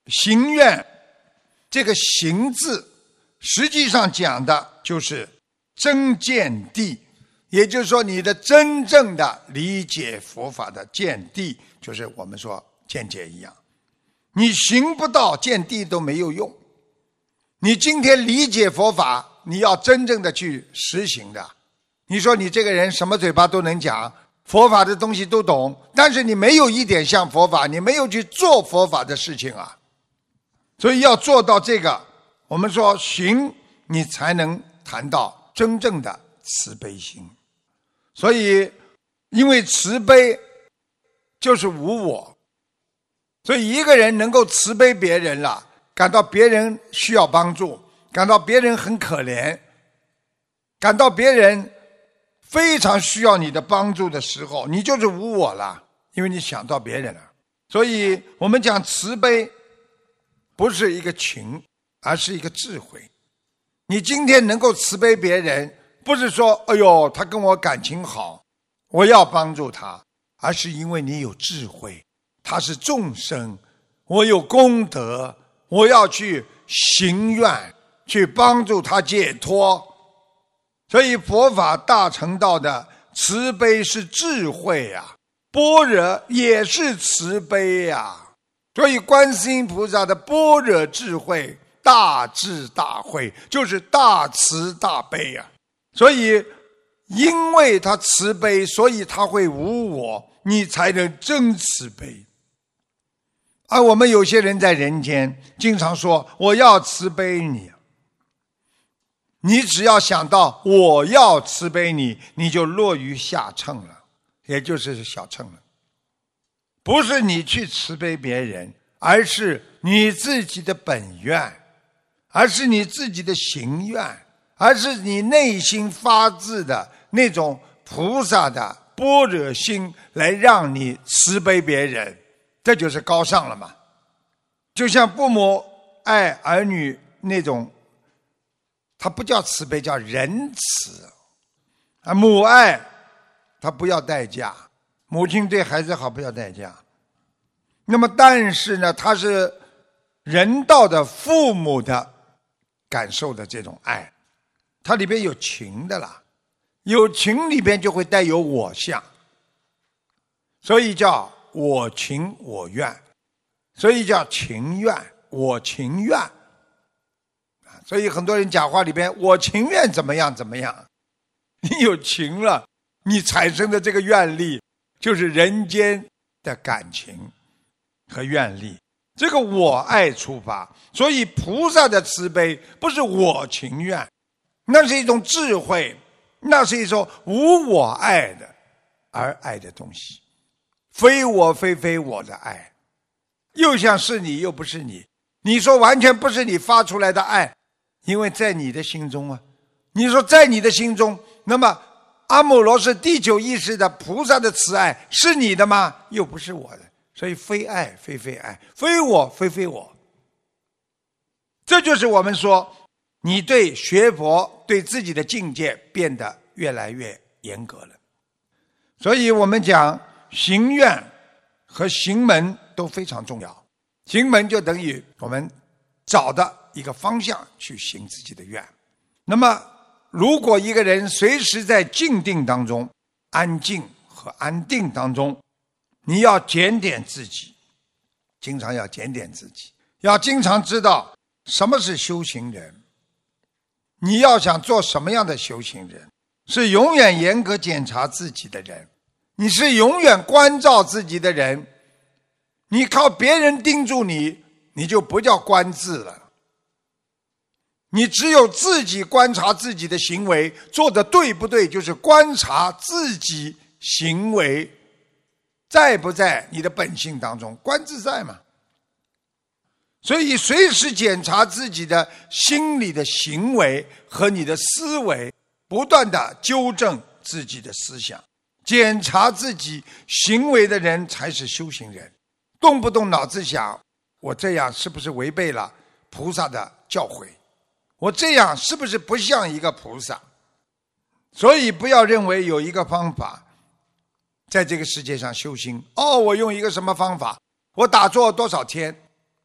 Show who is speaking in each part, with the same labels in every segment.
Speaker 1: 行愿，这个行字实际上讲的就是真见地，也就是说你的真正的理解佛法的见地，就是我们说见解一样。你行不到见地都没有用，你今天理解佛法，你要真正的去实行的。你说你这个人什么嘴巴都能讲，佛法的东西都懂，但是你没有一点像佛法，你没有去做佛法的事情啊。所以要做到这个，我们说行，你才能谈到真正的慈悲心。所以因为慈悲就是无我，所以一个人能够慈悲别人了，感到别人需要帮助，感到别人很可怜，感到别人非常需要你的帮助的时候，你就是无我了，因为你想到别人了。所以我们讲慈悲不是一个情，而是一个智慧。你今天能够慈悲别人，不是说哎呦他跟我感情好，我要帮助他，而是因为你有智慧，他是众生，我有功德，我要去行愿，去帮助他解脱。所以佛法大乘道的慈悲是智慧啊，般若也是慈悲啊。所以观世音菩萨的般若智慧，大智大慧，就是大慈大悲啊。所以因为他慈悲，所以他会无我，你才能真慈悲。而我们有些人在人间经常说我要慈悲你，你只要想到我要慈悲你，你就落于下乘了，也就是小乘了。不是你去慈悲别人，而是你自己的本愿，而是你自己的行愿，而是你内心发自的那种菩萨的般若心来让你慈悲别人，这就是高尚了嘛。就像父母爱儿女那种，它不叫慈悲，叫仁慈啊。母爱它不要代价，母亲对孩子好不要代价。那么但是呢，它是人道的父母的感受的这种爱，它里边有情的啦，有情里边就会带有我相，所以叫我情我愿，所以叫情愿，我情愿。所以很多人讲话里边我情愿怎么样怎么样，你有情了，你产生的这个愿力就是人间的感情和愿力，这个我爱出发。所以菩萨的慈悲不是我情愿，那是一种智慧，那是一种无我爱的而爱的东西，非我非我的爱，又像是你又不是你。你说完全不是你发出来的爱，因为在你的心中啊，你说在你的心中，那么阿姆罗是第九意识的菩萨的慈爱是你的吗？又不是我的，所以非爱非爱，非我非我。这就是我们说你对学佛对自己的境界变得越来越严格了。所以我们讲行愿和行门都非常重要。行门就等于我们找的一个方向去行自己的愿。那么如果一个人随时在静定当中，安静和安定当中，你要检点自己，经常要检点自己，要经常知道什么是修行人。你要想做什么样的修行人，是永远严格检查自己的人，你是永远关照自己的人。你靠别人盯住你，你就不叫观自了。你只有自己观察自己的行为做得对不对，就是观察自己行为在不在你的本性当中，观自在嘛。所以随时检查自己的心理的行为和你的思维，不断的纠正自己的思想，检查自己行为的人才是修行人。动不动脑子想我这样是不是违背了菩萨的教诲，我这样是不是不像一个菩萨。所以不要认为有一个方法在这个世界上修行，我用一个什么方法，我打坐多少天，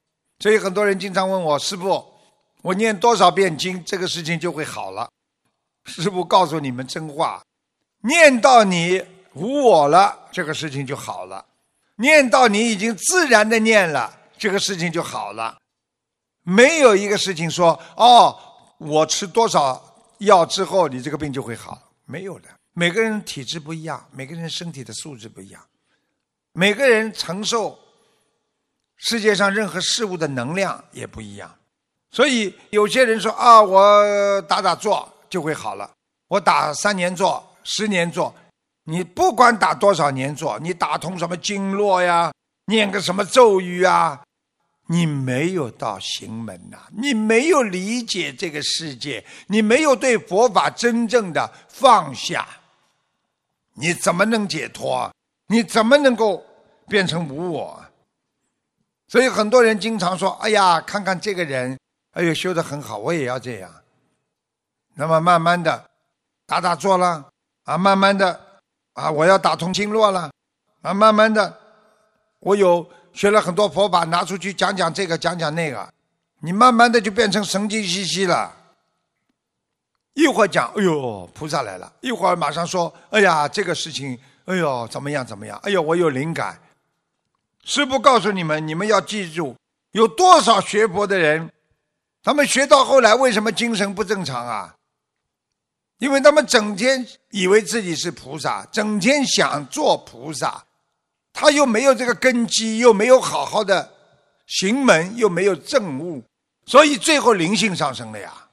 Speaker 1: 所以很多人经常问我，师父，我念多少遍经，这个事情就会好了？师父告诉你们真话，念到你无我了，这个事情就好了；念到你已经自然的念了，这个事情就好了。没有一个事情说，我吃多少药之后你这个病就会好，没有的。每个人体质不一样，每个人身体的素质不一样，每个人承受世界上任何事物的能量也不一样。所以有些人说我打坐就会好了，我打3年坐10年坐，你不管打多少年坐，你打通什么经络呀，念个什么咒语啊，你没有到行门你没有理解这个世界，你没有对佛法真正的放下，你怎么能解脱？你怎么能够变成无我？所以很多人经常说，看看这个人，修得很好，我也要这样。那么慢慢的打坐了慢慢的我要打通经络了慢慢的我有学了很多佛法，拿出去讲讲这个讲讲那个，你慢慢的就变成神经兮兮了。一会儿讲菩萨来了，一会儿马上说这个事情怎么样怎么样，我有灵感。师父告诉你们，你们要记住，有多少学佛的人，他们学到后来为什么精神不正常啊？因为他们整天以为自己是菩萨，整天想做菩萨，他又没有这个根基，又没有好好的行门，又没有证悟，所以最后灵性上升了呀。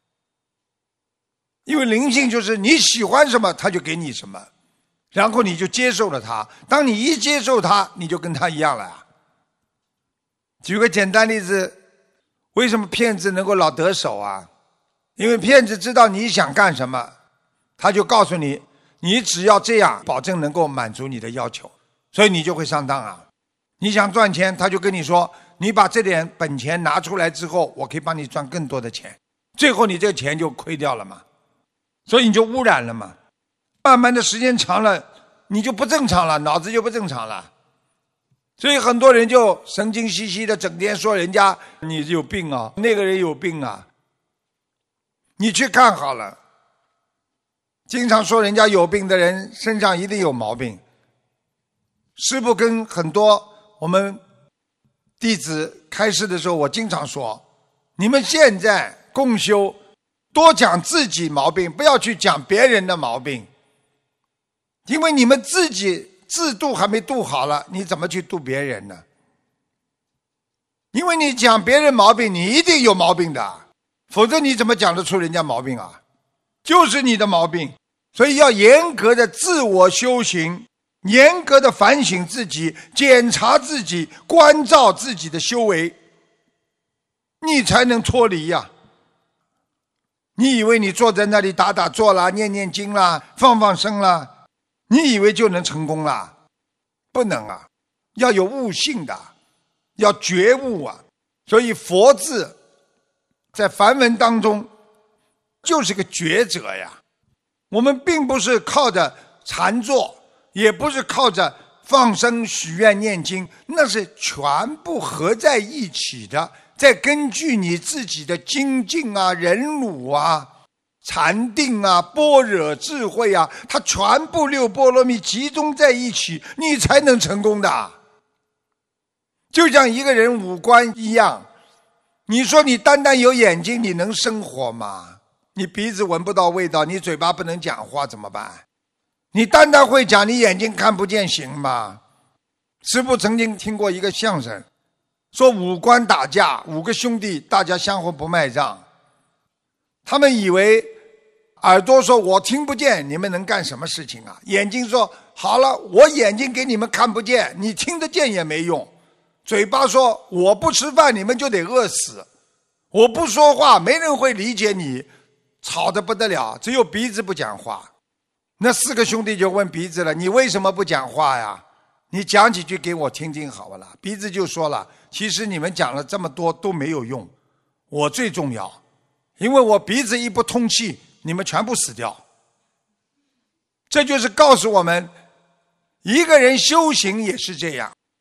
Speaker 1: 因为灵性就是你喜欢什么他就给你什么，然后你就接受了他，当你一接受他，你就跟他一样了呀。举个简单例子，为什么骗子能够老得手啊？因为骗子知道你想干什么，他就告诉你，你只要这样，保证能够满足你的要求，所以你就会上当啊。你想赚钱，他就跟你说，你把这点本钱拿出来之后，我可以帮你赚更多的钱，最后你这个钱就亏掉了嘛，所以你就污染了嘛。慢慢的时间长了，你就不正常了，脑子就不正常了。所以很多人就神经兮兮的，整天说人家你有病啊，那个人有病啊。你去看好了，经常说人家有病的人身上一定有毛病。师父跟很多我们弟子开示的时候，我经常说，你们现在共修多讲自己毛病，不要去讲别人的毛病，因为你们自己自度还没度好了，你怎么去度别人呢？因为你讲别人毛病，你一定有毛病的，否则你怎么讲得出人家毛病啊？就是你的毛病。所以要严格的自我修行，严格的反省自己，检查自己，关照自己的修为，你才能脱离呀。你以为你坐在那里打坐啦，念念经啦，放生啦，你以为就能成功啦？不能啊，要有悟性的，要觉悟啊。所以佛字在梵文当中就是个觉者呀。我们并不是靠着禅坐，也不是靠着放生许愿念经，那是全部合在一起的，再根据你自己的精进啊、忍辱啊、禅定啊、般若智慧啊，它全部六波罗蜜集中在一起，你才能成功的。就像一个人五官一样，你说你单单有眼睛，你能生活吗？你鼻子闻不到味道，你嘴巴不能讲话怎么办？你单单会讲，你眼睛看不见行吗？师父曾经听过一个相声，说五官打架，5个兄弟大家相互不卖账，他们以为耳朵说我听不见，你们能干什么事情啊？眼睛说好了，我眼睛给你们看不见，你听得见也没用。嘴巴说我不吃饭你们就得饿死，我不说话没人会理解你，吵得不得了，只有鼻子不讲话。那4个兄弟就问鼻子了，你为什么不讲话呀？你讲几句给我听听好不啦？鼻子就说了，其实你们讲了这么多都没有用，我最重要，因为我鼻子一不通气，你们全部死掉。这就是告诉我们，一个人修行也是这样，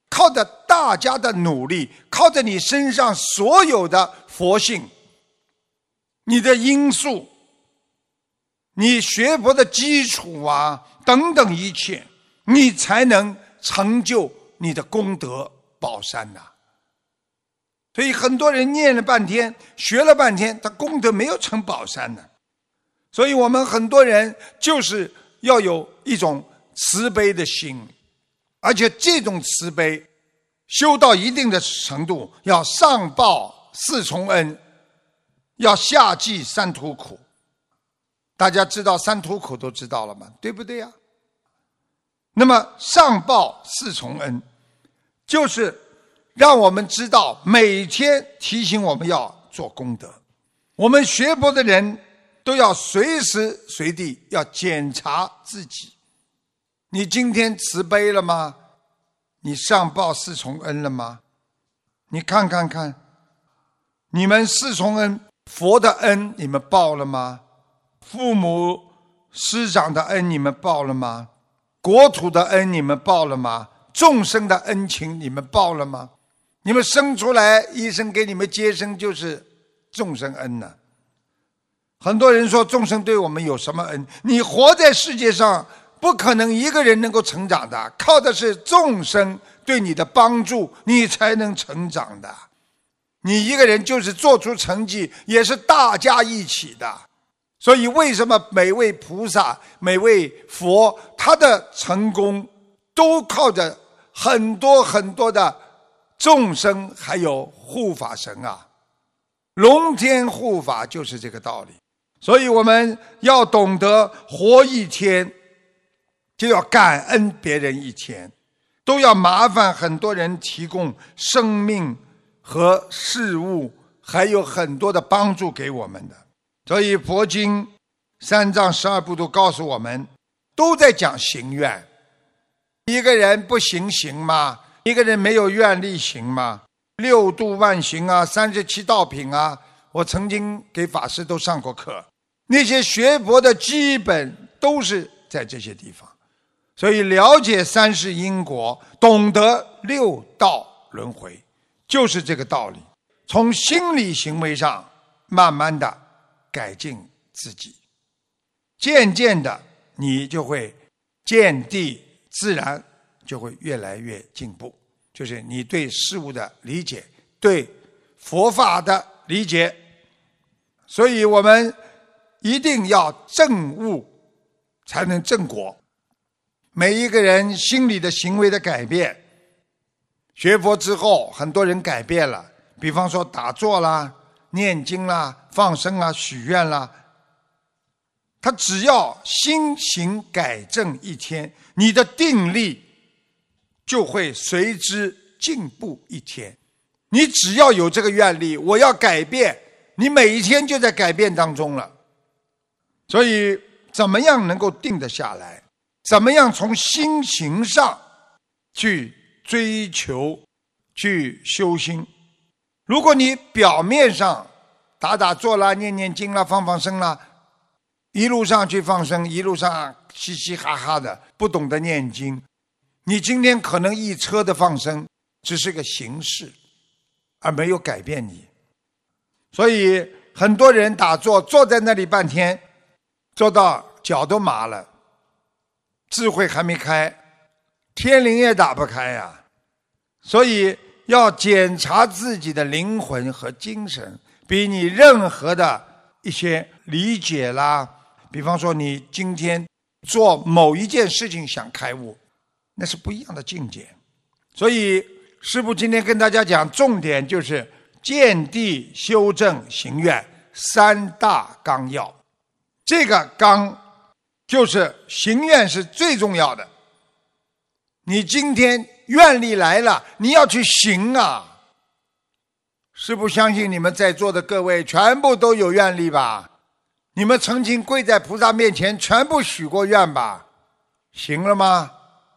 Speaker 1: 靠着大家的努力，靠着你身上所有的佛性，你的因素，你学佛的基础啊等等一切，你才能成就你的功德宝山呐。所以很多人念了半天，学了半天，他功德没有成宝山呢。所以我们很多人就是要有一种慈悲的心，而且这种慈悲修到一定的程度，要上报四重恩，要下济三途苦。大家知道三途苦都知道了吗？对不对呀？那么上报四重恩，就是让我们知道每天提醒我们要做功德。我们学佛的人都要随时随地要检查自己，你今天慈悲了吗？你上报四重恩了吗？你看看看，你们四重恩，佛的恩你们报了吗？父母师长的恩你们报了吗？国土的恩你们报了吗？众生的恩情你们报了吗？你们生出来，医生给你们接生就是众生恩呢。很多人说众生对我们有什么恩？你活在世界上，不可能一个人能够成长的，靠的是众生对你的帮助，你才能成长的。你一个人就是做出成绩，也是大家一起的。所以为什么每位菩萨、每位佛，他的成功都靠着很多很多的众生还有护法神啊，龙天护法就是这个道理。所以我们要懂得活一天就要感恩别人一天，都要麻烦很多人提供生命和事物，还有很多的帮助给我们的。所以佛经三藏十二部都告诉我们，都在讲行愿。一个人不行吗？一个人没有愿力行吗？六度万行啊，37道品啊，我曾经给法师都上过课。那些学佛的基本都是在这些地方。所以了解三世因果，懂得六道轮回，就是这个道理。从心理行为上慢慢的改进自己，渐渐的你就会见地自然就会越来越进步，就是你对事物的理解，对佛法的理解。所以我们一定要证悟才能正果。每一个人心理的行为的改变，学佛之后很多人改变了，比方说打坐啦、念经啦、放生啦、许愿啦，他只要心行改正一天，你的定力就会随之进步一天。你只要有这个愿力，我要改变，你每一天就在改变当中了。所以怎么样能够定得下来？怎么样从心行上去追求，去修心？如果你表面上打坐啦、念念经啦、放生啦，一路上去放生，一路上嘻嘻哈哈的，不懂得念经，你今天可能一车的放生只是个形式，而没有改变你。所以很多人打坐坐在那里半天，坐到脚都麻了，智慧还没开，天灵也打不开呀。所以要检查自己的灵魂和精神，比你任何的一些理解啦，比方说你今天做某一件事情想开悟，那是不一样的境界。所以师父今天跟大家讲，重点就是见地修正行愿三大纲要。这个纲就是行愿是最重要的。你今天愿力来了，你要去行啊！师父相信你们在座的各位全部都有愿力吧？你们曾经跪在菩萨面前全部许过愿吧？行了吗？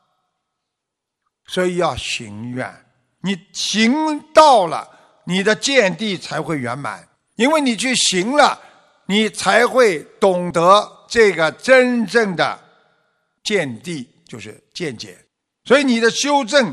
Speaker 1: 所以要行愿，你行到了，你的见地才会圆满。因为你去行了，你才会懂得这个真正的见地，就是见解。所以你的修正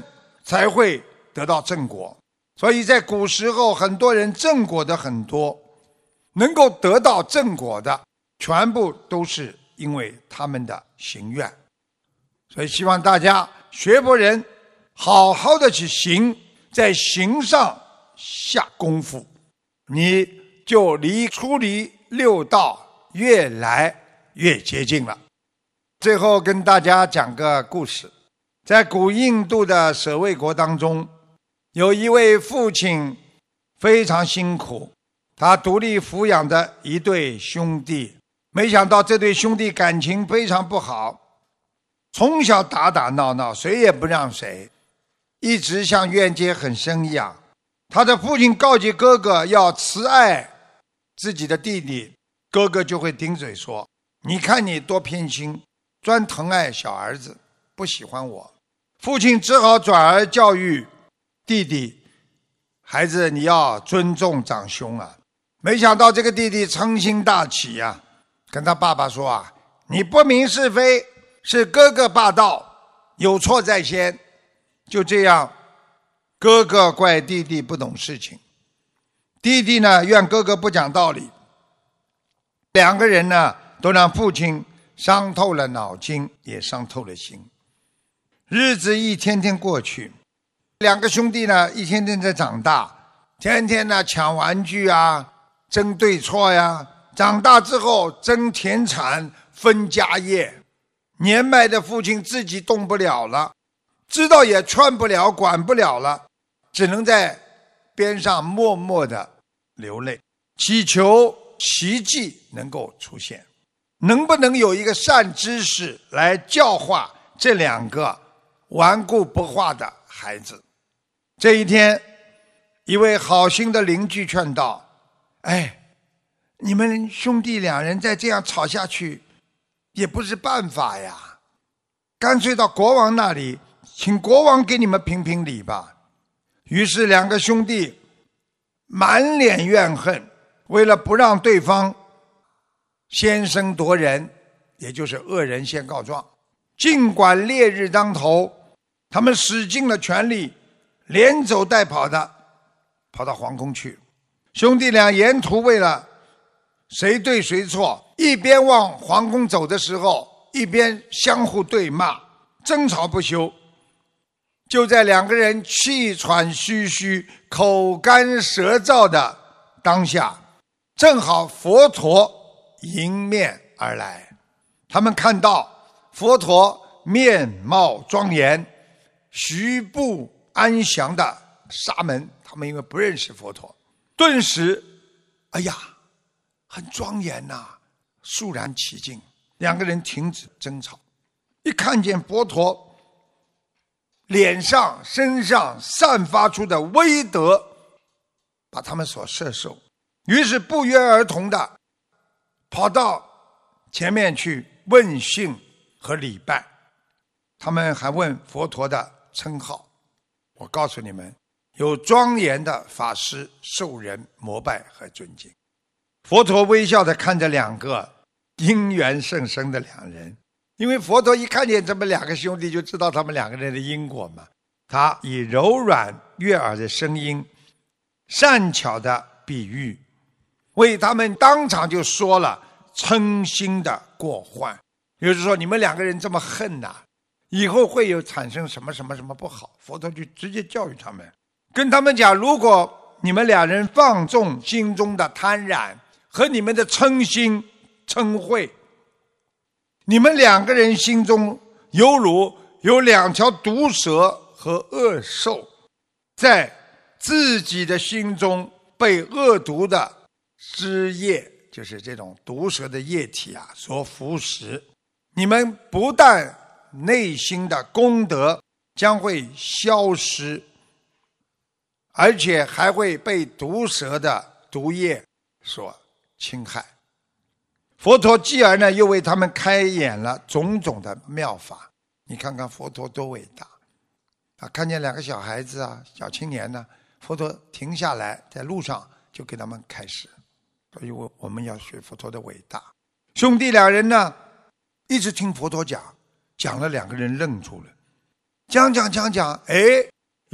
Speaker 1: 才会得到正果。所以在古时候，很多人正果的很多，能够得到正果的，全部都是因为他们的行愿。所以希望大家学佛人好好的去行，在行上下功夫，你就出离六道越来越接近了。最后跟大家讲个故事，在古印度的舍卫国当中，有一位父亲非常辛苦，他独立抚养的一对兄弟，没想到这对兄弟感情非常不好，从小打打闹闹，谁也不让谁，一直像怨结很深一样。他的父亲告诫哥哥要慈爱自己的弟弟，哥哥就会顶嘴说，你看你多偏心，专疼爱小儿子，不喜欢我。父亲只好转而教育弟弟，孩子你要尊重长兄啊。没想到这个弟弟嗔心大起啊，跟他爸爸说啊，你不明是非，是哥哥霸道，有错在先。就这样，哥哥怪弟弟不懂事情，弟弟呢怨哥哥不讲道理，两个人呢都让父亲伤透了脑筋，也伤透了心。日子一天天过去，两个兄弟呢一天天在长大，天天呢抢玩具啊，争对错呀，长大之后争田产，分家业。年迈的父亲自己动不了了，知道也劝不了，管不了了，只能在边上默默的流泪，祈求奇迹能够出现，能不能有一个善知识来教化这两个顽固不化的孩子。这一天，一位好心的邻居劝道，你们兄弟两人再这样吵下去也不是办法呀，干脆到国王那里，请国王给你们评评理吧。于是两个兄弟满脸怨恨，为了不让对方先声夺人，也就是恶人先告状，尽管烈日当头，他们使尽了全力，连走带跑的跑到皇宫去。兄弟俩沿途为了谁对谁错，一边往皇宫走的时候，一边相互对骂，争吵不休。就在两个人气喘吁吁，口干舌燥的当下，正好佛陀迎面而来。他们看到佛陀面貌庄严，徐步安详的沙门，他们因为不认识佛陀，顿时很庄严啊，肃然起敬。两个人停止争吵，一看见佛陀脸上身上散发出的威德，把他们所摄受，于是不约而同的跑到前面去问讯和礼拜。他们还问佛陀的称号。我告诉你们，有庄严的法师受人膜拜和尊敬。佛陀微笑地看着两个因缘甚深的两人，因为佛陀一看见这么两个兄弟，就知道他们两个人的因果嘛。他以柔软悦耳的声音，善巧的比喻，为他们当场就说了嗔心的过患。也就是说，你们两个人这么恨呐，以后会有产生什么什么什么不好。佛陀就直接教育他们，跟他们讲，如果你们两人放纵心中的贪婪和你们的嗔心嗔恚，你们两个人心中犹如有两条毒蛇和恶兽，在自己的心中被恶毒的汁液，就是这种毒蛇的液体啊所腐蚀。你们不但内心的功德将会消失，而且还会被毒蛇的毒液所侵害。佛陀继而呢，又为他们开演了种种的妙法。你看看佛陀多伟大啊！看见两个小孩子啊，小青年呢，佛陀停下来，在路上就给他们开示。所以我们要学佛陀的伟大。兄弟两人呢，一直听佛陀讲了，两个人愣住了。讲，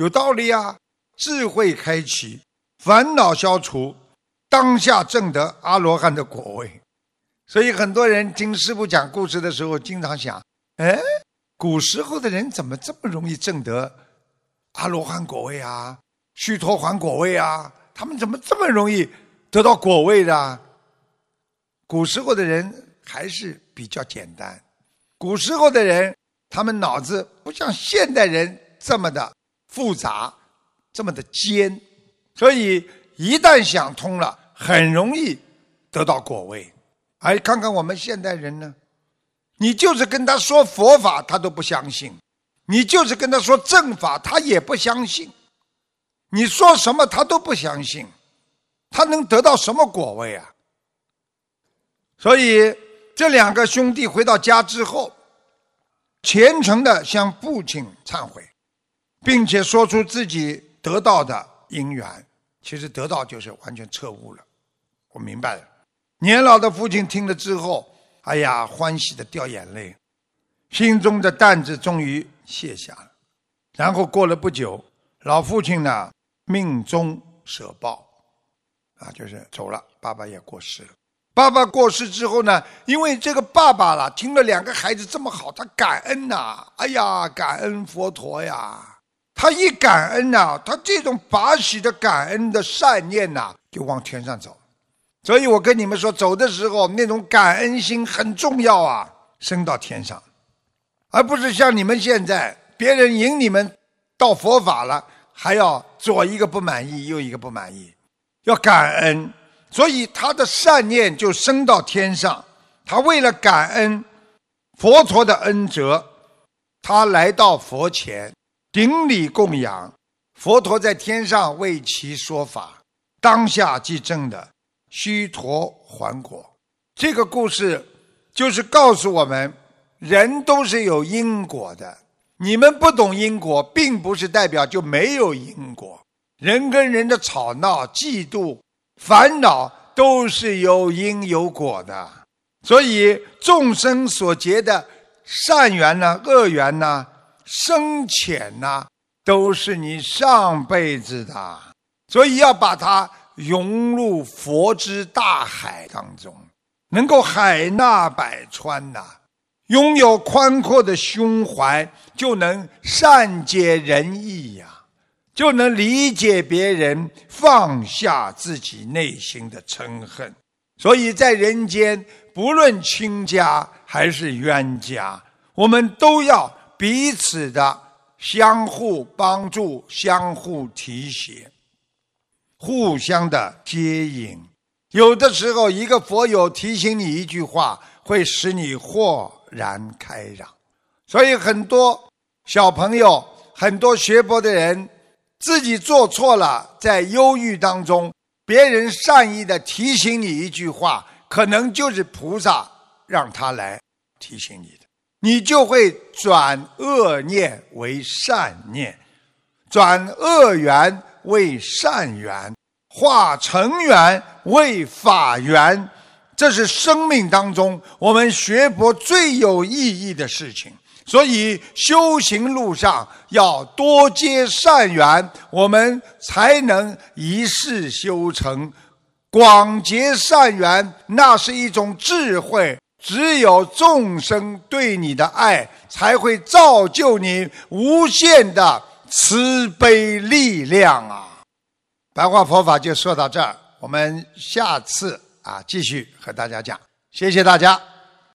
Speaker 1: 有道理啊，智慧开启，烦恼消除，当下证得阿罗汉的果位。所以很多人听师父讲故事的时候经常想，古时候的人怎么这么容易证得阿罗汉果位啊，须陀洹果位啊，他们怎么这么容易得到果位的啊？古时候的人还是比较简单，古时候的人他们脑子不像现代人这么的复杂，这么的尖，所以一旦想通了，很容易得到果位。而看看我们现代人呢，你就是跟他说佛法他都不相信，你就是跟他说正法他也不相信，你说什么他都不相信，他能得到什么果位啊？所以这两个兄弟回到家之后，虔诚地向父亲忏悔，并且说出自己得到的因缘。其实得到就是完全彻悟了，我明白了。年老的父亲听了之后，哎呀，欢喜的掉眼泪，心中的担子终于卸下了。然后过了不久，老父亲呢命中舍报，就是走了，爸爸也过世了。爸爸过世之后呢，因为这个爸爸了，听了两个孩子这么好，他感恩呐，哎呀，感恩佛陀呀。他一感恩呐，他这种法喜的感恩的善念呐，就往天上走。所以我跟你们说，走的时候那种感恩心很重要啊，升到天上，而不是像你们现在，别人引你们到佛法了，还要左一个不满意，右一个不满意，要感恩。所以他的善念就升到天上，他为了感恩佛陀的恩泽，他来到佛前顶礼供养，佛陀在天上为其说法，当下即证的须陀洹果。这个故事就是告诉我们，人都是有因果的，你们不懂因果，并不是代表就没有因果。人跟人的吵闹、嫉妒、烦恼都是有因有果的，所以众生所结的善缘呢、恶缘呢、深浅呢，都是你上辈子的，所以要把它融入佛之大海当中，能够海纳百川呐，拥有宽阔的胸怀，就能善解人意呀，就能理解别人，放下自己内心的嗔恨。所以在人间，不论亲家还是冤家，我们都要彼此的相互帮助，相互提携，互相的接引。有的时候一个佛友提醒你一句话，会使你豁然开朗。所以很多小朋友，很多学佛的人自己做错了，在忧郁当中，别人善意的提醒你一句话，可能就是菩萨让他来提醒你的，你就会转恶念为善念，转恶缘为善缘，化成缘为法缘。这是生命当中我们学佛最有意义的事情。所以修行路上要多结善缘，我们才能一世修成。广结善缘，那是一种智慧，只有众生对你的爱，才会造就你无限的慈悲力量啊！白话佛法就说到这儿，我们下次继续和大家讲，谢谢大家。